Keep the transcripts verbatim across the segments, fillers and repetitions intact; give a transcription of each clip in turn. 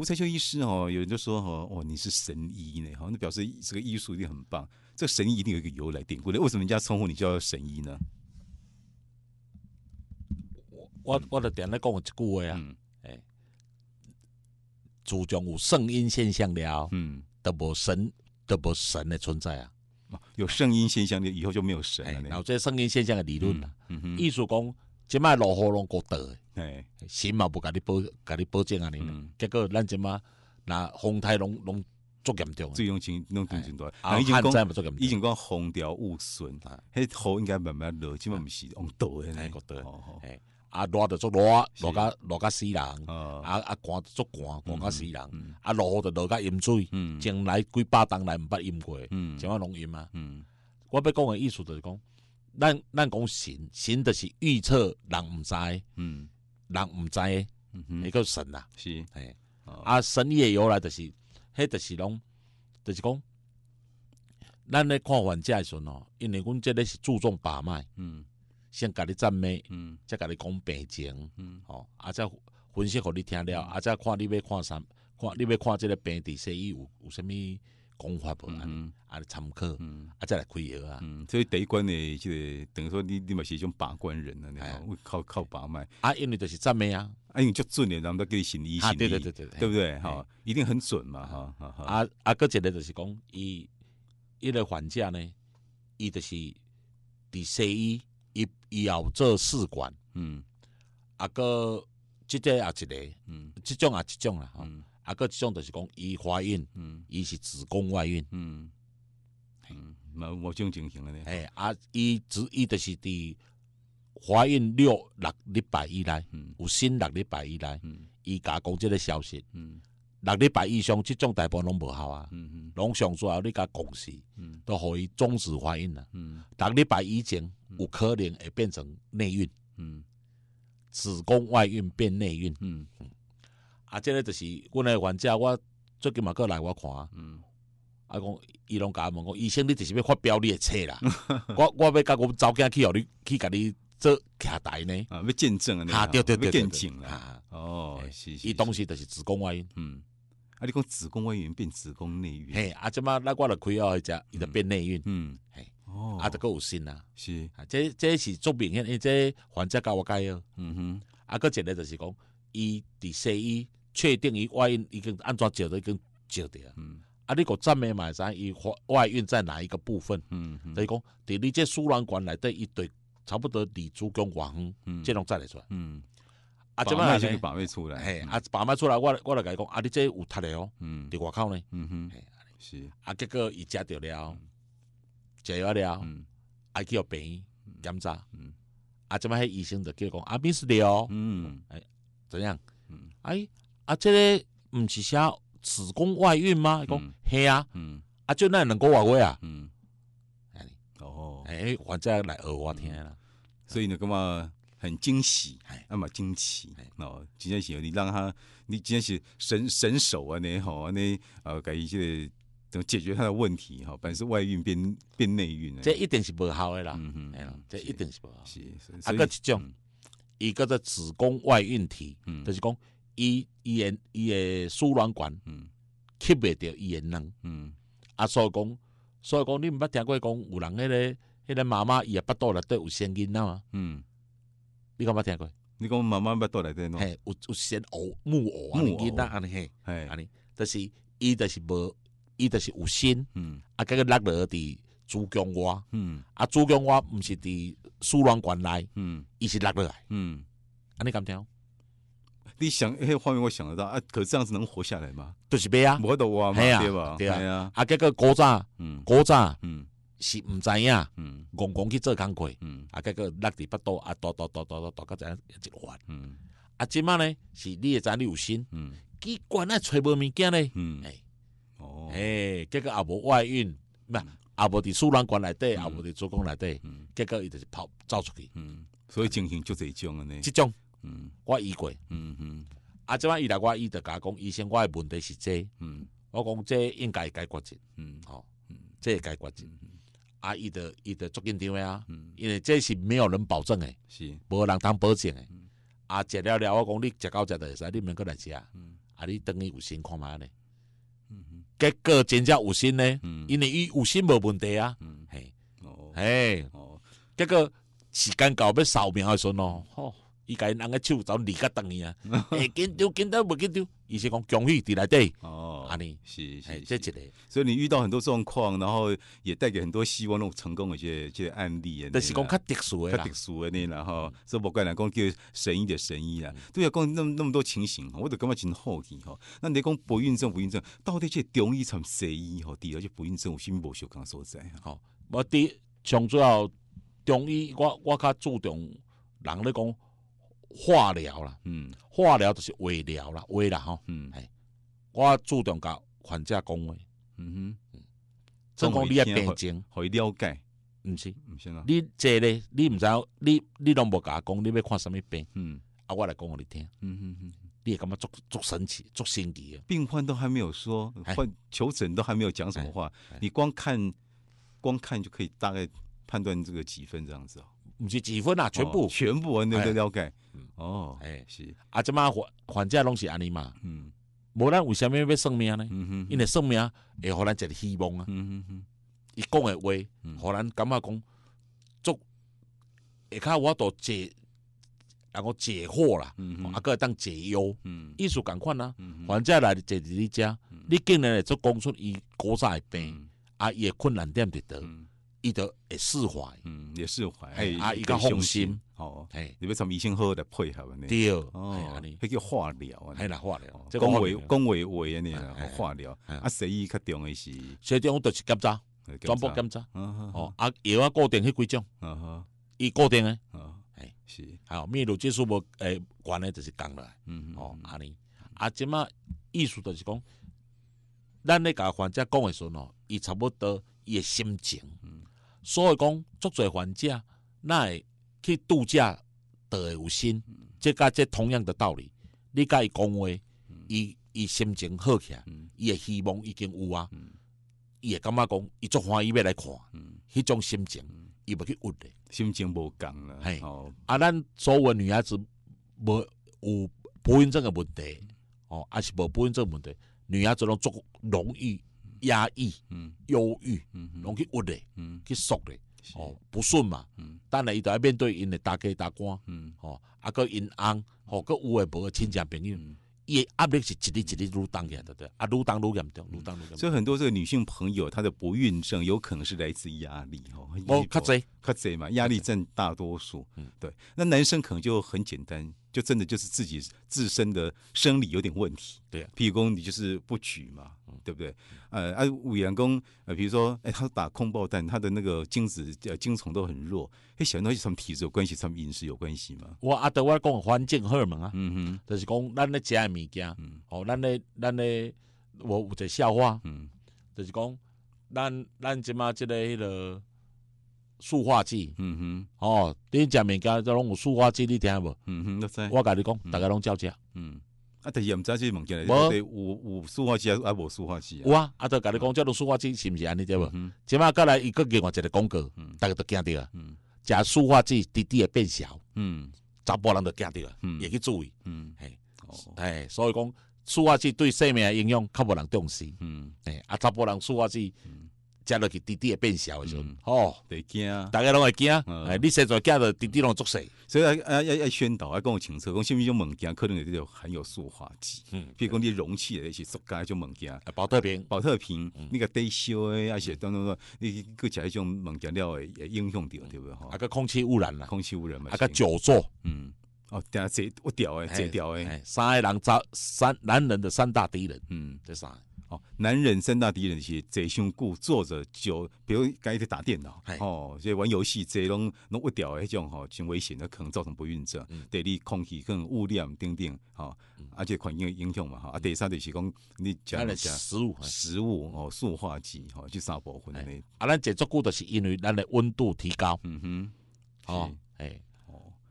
胡才秀医师哦，有人就说哦，哦你是神医呢，好，那表示这个医术一定很棒。这个神医一定有一个由来典故的，为什么人家称呼你叫神医呢？ 我我就点咧讲一句话啊， 嗯哎、欸，自从有圣婴现象了， 嗯， 都无神，都无神的存在啊。 有圣婴现象，以后就没有神了呢。 然后这圣婴现象的理论啦， 嗯嗯意思讲，即摆落雨拢过倒的， 哎， 神嘛无甲你保，甲你保证啊，你、 嗯， 结果咱即摆那风台拢拢足严重的， 最用情弄挺真多。 啊，旱灾嘛足严重， 以前讲风调雨顺，迄雨应该慢慢落，即摆毋是往倒的呢。 过倒， 哦哎。啊，热就足热，热甲热甲死人； 哦、 啊啊寒就足寒，寒甲死人； 嗯嗯、 啊落雨就落甲淹水。嗯，前来几百冬来毋捌淹过，嗯，怎啊拢淹啊？嗯，我要讲的意思就是讲，咱咱讲神，神就是预测人毋知，嗯，人毋知的，嗯，叫神啦。 是， 哎，哦、啊神意的由来就是，迄就是拢，就是讲，咱咧看患者的时阵哦，因为阮这个是注重把脉，嗯。先甲你赞美，嗯，再甲你讲病情，嗯，吼、哦，啊，再分析互你听了，嗯、啊，再看你要看啥，看你要看这个病伫西医有有啥物讲法无？嗯，啊，参考，嗯，啊，再来开药啊， 嗯，所以第一关的这个等于说你你嘛是一种把关人啊，你会靠靠把脉啊，因为就是赞美啊， 啊，因为足准的，人都给你心理心理， 对对对对， 对不对？哈，一定很准嘛，哈， 啊啊，搁一个就是讲，伊伊个患者呢，伊就是伫西医。伊伊也有做试管，嗯，啊个即个也一个，嗯，即种也一种啦，嗯，啊个即种就是讲伊怀孕，嗯，伊是子宫外孕，嗯， 嗯，冇冇种情形咧， 哎啊，伊只伊就是伫怀孕六六礼拜以内，嗯，有新六礼拜以内，嗯，伊甲讲即个消息，嗯，六礼拜以上即种大部分拢无效啊，嗯嗯，拢上最后你甲讲死，嗯，都互伊终止怀孕啦，嗯，六礼拜以前。有可能会变成内孕，嗯，子宫外孕变内孕，嗯嗯，啊，这个就是阮的患者，我最近嘛过来我看，嗯，啊讲伊拢甲我问讲，医生你就是要发表你的册啦，我我要甲我走囝去互你去甲你做徛台呢， 啊，要见证啊， 啊对对对， 要见证啦，哦，是是， 伊当时就是子宫外孕， 嗯，啊，你讲子宫外孕变子宫内孕， 嘿，啊，即马咱我著开后迄只，伊就变内孕，嗯，嘿。 哦， 啊，得个有新啊， 是， 啊，这这是足明显，因为这患者甲我介绍，嗯哼，啊，个一个就是讲，伊伫西医确定伊外孕已经安怎照都已经照着啊，嗯，啊，你个赞美嘛知伊外孕在哪一个部分，嗯，就是讲，伫你这输卵管内底，伊对差不多离子宫外方，嗯，这拢再来出来，嗯， 啊，这摆就去把脉出来， 嘿，啊，把脉出来，我我来甲伊讲，啊，你这有读的哦，嗯，伫外口呢，嗯哼， 是， 啊，结果伊食着了。食药了，嗯，还去互病院检查，嗯，啊，即摆迄医生就叫讲啊，miss 了，嗯，哎，怎样？嗯，哎，啊，这个毋是写子宫外孕吗？伊讲嘿啊，嗯，啊，就那两个外话啊，嗯，哦，哎，患者来学我听啦， 所以呢，感觉很惊喜，啊嘛惊奇，哦，真正是你让他，你真正是神神手啊，你吼，安尼呃，甲伊这个。怎么解决他的问题？哈，本来是外孕变变内孕， 这一定是无效的啦。嗯哼，哎这一定是无效。 是， 啊，个一种，伊叫做子宫外孕体，嗯，就是讲伊伊的伊的输卵管，嗯，吸袂着伊的囊，嗯，啊，所以讲，所以讲，你毋捌听过讲有人迄个迄个妈妈伊的腹肚内底有生囡仔嘛？嗯，你敢捌听过？ 你讲妈妈腹肚内底喏？ 嘿，有有生藕木偶啊，囡仔安尼嘿，嘿，安尼，就是伊就是无。伊就是有心，嗯，啊，结果落落伫子宫外，嗯，啊，子宫外毋是伫输卵管内，嗯，伊是落落来，嗯，安尼敢听？ 你想迄画面我想得到啊，可这样子能活下来吗？ 就是要啊， 无得活嘛，对吧？ 对啊，啊，结果古早，嗯，古早，嗯，是毋知影，嗯，戆戆去做工课，嗯，啊，结果落伫腹肚，啊，倒倒倒倒倒倒到这样一个弯，嗯，啊，即摆呢是你会知你有心，嗯，奇怪那找无物件呢，嗯，哎。哦，哎，结果也无外孕，唔，也无伫输卵管内底，也无伫子宫内底，结果伊就是跑走出去。嗯， 所以情形就这种安尼。 这种，嗯，我医过，嗯嗯，啊，即摆伊来我医就甲我讲，医生，我的问题是这，嗯，我讲这应该解决者，嗯，好，嗯，这解决者，啊，伊就伊就足紧张的啊，因为这是没有人保证的，是，无人通保证的，啊，食了了，我讲你食到食就会使，你免过来食，啊， 啊，你等于有心看觅咧。嗯，结果真正有心呢，嗯、因为伊有心无问题啊。嗯，嘿，哦，嘿，哦，结果时间到要扫描的时阵哦，吼、哦，伊甲因翁个手走离甲等伊啊，会紧张紧张无紧张，伊是讲恭喜伫内底。哦，安尼是是， 这一个。 所以你遇到很多状况，然后也带给很多希望，那种成功的一些一些案例。 但是讲较特殊的啦，较特殊的呢，然后所以无怪人讲叫神医的神医啦。对啊，讲那么那么多情形，我就感觉真好奇吼。那你讲不孕症不孕症，到底这中医参西医吼，第二这不孕症有啥物无相共所在？ 吼，我第上主要中医，我我较注重人咧讲化疗啦，嗯，化疗就是化疗啦，化啦吼，嗯，哎，我注重甲患者讲话，嗯哼，总讲你的病情， 互伊了解， 毋是，毋是啦，你这咧，你毋知影，你你拢无甲我讲，你要看啥物病，嗯，啊，我来讲互你听，嗯哼哼，你会感觉足足神奇，足神奇的。 病患都还没有说，患求诊都还没有讲什么话，你光看光看就可以大概判断这个几分这样子哦。 不是几分啊，全部、 哦、全部我都了解。哦， 哎是啊，即马患患者拢是安尼嘛。嗯，无咱为虾米要算命呢？嗯哼，因为算命会互咱一个希望啊。嗯哼哼，伊讲的话，互咱感觉讲足下骹我都解，然后解惑啦，啊，个当解忧。嗯，意思共款啊。患者来坐伫你遮，你竟然会做讲出伊古早的病，啊，伊的困难点伫倒。伊就会释怀， 嗯，也释怀， 哎，啊，伊较放心， 哦，哎，你要从医生好来配合呢， 对， 哦，迄叫化疗啊， 系啦，化疗， 讲话讲话话安尼啦，化疗，啊，西医较重的是， 西医就是检查，全部检查，哦，啊，药啊固定迄几种，伊固定诶，哎，是，还有泌乳激素无诶，关诶就是降落来，嗯，哦，安尼，啊，即马意思就是讲，咱咧甲患者讲诶时阵哦，伊差不多伊诶心情。所以讲，足侪患者那会去度假，就会有心。嗯、这甲这同样的道理，你甲伊讲话，伊伊、嗯、心情好起来，伊、嗯、的希望已經有啊，伊、嗯、會感覺講，伊足歡喜要來看，迄、嗯、種心情，伊無去鬱咧， 心情無共啦。 係、哦、啊，咱所有女孩子無有不孕症嘅問題，哦，還是無不孕症問題，女孩子攏足容易。压抑、忧郁，拢去鬱咧，去縮咧，哦，不順嘛，等下伊就要面對因的大家大官，哦，啊個因翁，哦，個有誒無誒親戚朋友，伊誒壓力是一日一日愈重起來，對不對？啊，愈重愈嚴重，愈重愈嚴重。 所以很多這個女性朋友，她的不孕症有可能是來自壓力，哦， 哦，較濟， 較濟嘛，壓力佔大多數，對。那男生可能就很簡單。就真的就是自己自身的生理有點問題， 對啊， 譬如講你就是不舉嘛，嗯、對不對？呃，啊，有人講，呃，比如說，哎，他打空包彈，他的那個精子、呃精蟲都很弱，嘿，想到是什麼體質有關係，什麼飲食有關係嗎？ 我啊，對我講環境荷爾蒙啊，嗯哼，就是講咱咧食的物件，嗯、哦，咱咧咱咧，我有一個笑話，嗯，就是講咱咱即馬即個迄個。塑化劑，嗯哼，哦，你食物件都攏有塑化劑，你聽無？嗯哼，我知。我甲你講，大家攏照食。嗯， 啊，但是也毋知即個物件咧，有有塑化劑啊，無塑化劑啊？ 有啊，啊，就甲你講，即種塑化劑是毋是安尼對無？即馬過來伊閣另外一個廣告，大家都驚着啊。食塑化劑，弟弟會變小。嗯，查甫人就驚着啊，會去注意。嗯，係，係，所以講塑化劑對生命的影響較無人重視。嗯，誒，啊，查甫人塑化劑。食落去弟弟會變小的時候，哦， 會驚， 大家攏會驚。哎，你生出來囝就弟弟攏足細， 所以啊啊要要宣導，要講清楚，講什麼種物件可能有啲含有塑化劑。嗯，譬如講你容器的是塑膠種物件， 保特瓶， 保特瓶，你個低燒的，而且等等等，你佮食迄種物件了會影響到，對不對？哈， 啊個空氣污染啦， 空氣污染嘛， 啊個久坐， 嗯，哦，等下坐不掉誒，坐掉誒， 三個人三三男人的三大敵人，嗯，這三。 哦，男人三大敵人是坐傷久，坐着久，比如剛才打電腦，哦，即玩遊戲坐攏攏不掉的迄種吼，真危險的，可能造成不孕症。嗯、第二，空氣可能污染等等，吼、嗯，而且環境影響嘛，哈、嗯。啊，第三就是講你食食物， 食物哦，塑化劑，吼，這三部分呢。 啊，咱坐足久，就是因為咱的溫度提高。嗯哼，哦，哎，哦，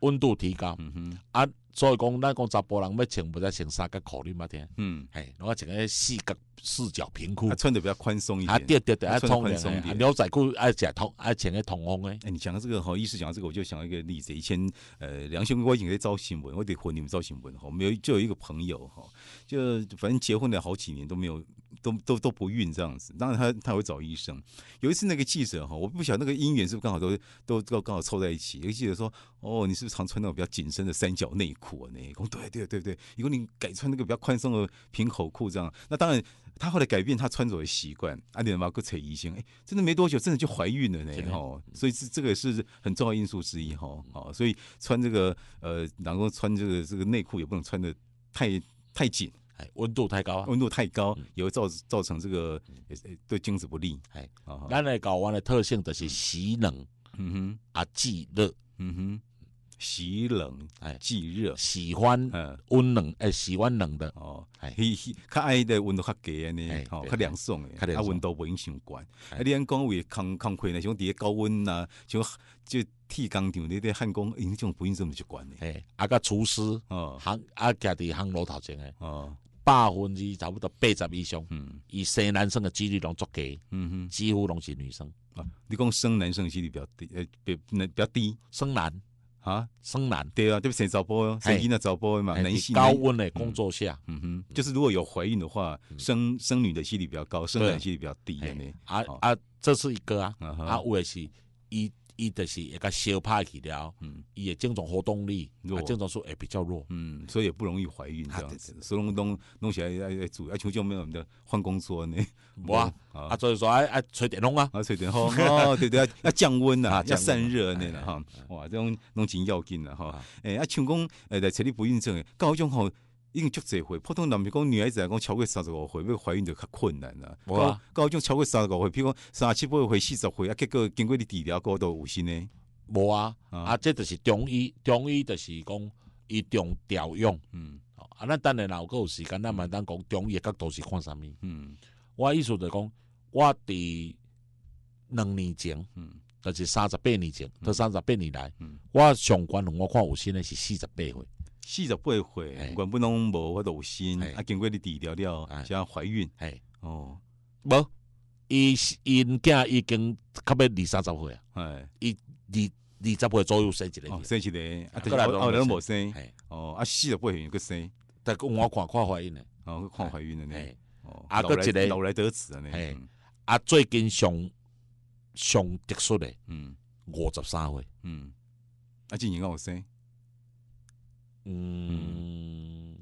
温度提高，嗯哼，啊，所以讲咱讲查甫人要穿，不再穿衫甲裤，你捌听？嗯，哎，然后穿个四角四角平裤， 他穿的比较宽松一点， 啊，对对对，啊， 穿宽松一点， 牛仔裤爱讲通，爱穿个通风的。 哎，你讲到这个哈，医师讲到这个，我就想到一个例子。以前呃，梁兄我以前在招新闻，我得混你们招新闻哈。我们有就有一个朋友哈，就反正结婚了好几年都没有，都都都不孕这样子。当然他他会找医生。有一次那个记者哈，我不晓得那个姻缘是不是刚好都都都刚好凑在一起。有个记者说：“哦，你是不是常穿那种比较紧身的三角内裤啊？”那我对对对对，如果你改穿那个比较宽松的平口裤这样，那当然他后来改变他穿着的习惯。啊，你妈个扯医生，哎，真的没多久，真的就怀孕了呢哈。所以这这个是很重要因素之一哈。好，所以穿这个呃，然后穿这个这个内裤也不能穿的太太紧。 温度太高啊， 温度太高也会造造成这个对精子不利。 哎，咱的睾丸的特性就是喜冷，嗯哼，啊忌热，嗯哼， 喜冷哎忌热， 喜欢温冷哎喜欢冷的哦，哎，较爱的温度较低呢，哦，较凉爽的，啊温度不影响管。啊，你按讲为工工课呢，像伫个高温啊，像就铁工厂你伫焊工，因这种不孕这么就管呢。 哎，啊个厨师哦，行啊家伫行楼头前的哦。百分之差不多八十以上，嗯，以生男生的几率拢足低，嗯哼，几乎拢是女生啊。你讲生男生的几率比较低，呃，比比较低， 生男啊，生男， 对啊，对不？生查甫哦，生囡仔查甫嘛，男性高温的工作下， 嗯哼，就是如果有怀孕的话，生生女的几率比较高，生男的几率比较低的呢。 啊啊，这是一个啊，啊，有的是一。伊就是会甲消歹去了，嗯，伊的精虫活动力、啊、精虫数会比较弱， 嗯，所以也不容易怀孕这样子。所以拢拢起来要要注意，啊，像这种没有我们的换工作呢， 无啊，啊，所以说爱爱吹电风啊， 啊，吹电风哦，对对，要要降温呐，要散热那啦哈，哇，这种拢真要紧啦哈。诶，啊，像讲诶，来处理不孕症诶，搞种吼。已经足侪岁，普通男比讲女孩子来讲超过三十五岁要怀孕就较困难啦。搞搞种超过三十五岁，譬如讲三十七八岁、四十岁，啊，结果经过你治疗，过都有新呢。 无啊，啊，这就是中医，中医就是讲伊重调养。嗯，啊，咱等下若有时间，咱嘛当讲中医的角度是看啥物？嗯，我意思就讲，我伫两年前，嗯，就是三十八年前，到三十八年来，嗯，我上悬我看有新的是四十八岁。 四十八岁，原本拢无法度有心，啊，经过你治疗了，才怀孕。哦， 无，伊伊囝已经较要二三十岁啊，伊二二十岁左右生一个， 生一个，啊，但是后来无生，哦，啊，四十八岁又个生， 但我看看怀孕的， 哦，看怀孕的呢，哦， 啊，个一个老来得子的呢， 啊，最近上上特殊的，嗯，五十三岁，嗯， 啊，今年敢有生？ 嗯，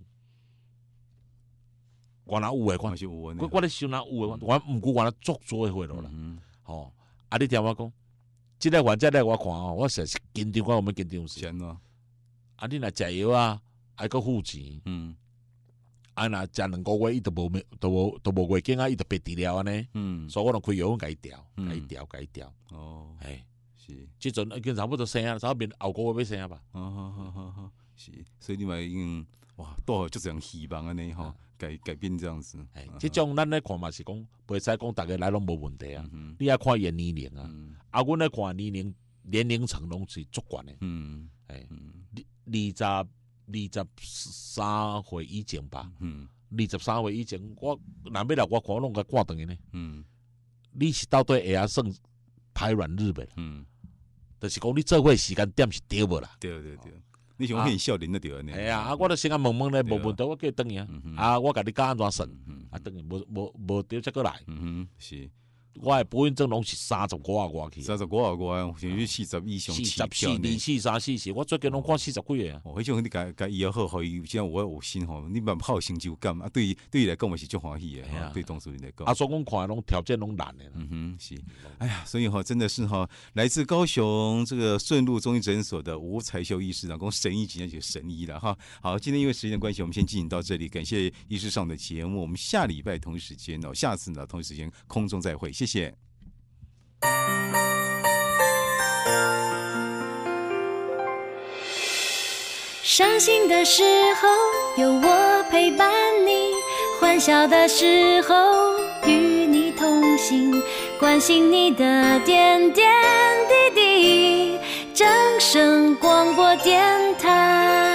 我哪有诶？我我我咧想哪有诶？我毋过我咧足足诶岁咯啦。吼，啊！你听我讲，即个患者咧，我看哦，我实是紧张，我有咩紧张事？啊！你若食药啊，还阁付钱。嗯。啊！若食两个月，伊都无咩，都无都无月经啊，伊就别治疗安尼。嗯。所以我著开药甲伊调，甲伊调，甲伊调。哦。哎，是。即阵已经差不多生啊，差不多后个月要生啊吧。 好好好好好。是，所以你嘛已经哇，多就这样希望安尼吼，改改变这样子。 哎，这种咱咧看嘛是讲，袂使讲大家来拢无问题啊。嗯、你要看伊年龄啊，嗯、啊，阮咧看年龄年龄层拢是足悬的。嗯，哎，二二十二十三岁以前吧。嗯，二十三岁以前，我若要来我看拢甲挂断去呢。嗯，你是到底会晓算排卵日袂？嗯，就是讲你做伙时间点是对无啦？ 对对对。你想骗少年的对呢？ 系啊，啊，我都先啊问问咧，无问题，我叫伊转去啊。啊，我甲你教安怎算，啊，转去无无无对，再过来。嗯哼，是。我诶不孕症拢是三十五啊外去， 三十五啊外，甚至四十以上起跳呢。四十四、 二四、三四四，我最近拢看四十几个啊。 哦，迄种你甲甲医好，互伊现在有有心吼，你蛮好成就感啊。对于对伊来讲嘛是足欢喜诶，对当事人来讲。 啊，所以讲看拢条件拢难诶。 嗯哼，是。哎呀，所以哈，真的是哈，来自高雄这个顺路中医诊所的吴才秀医师，讲神医，今天就是神医了哈。好，今天因为时间的关系，我们先进行到这里，感谢医师上的节目，我们下礼拜同一时间哦，下次呢同一时间空中再会，谢谢。 伤心的时候有我陪伴你，欢笑的时候与你同行，关心你的点点滴滴。 正声广播电台。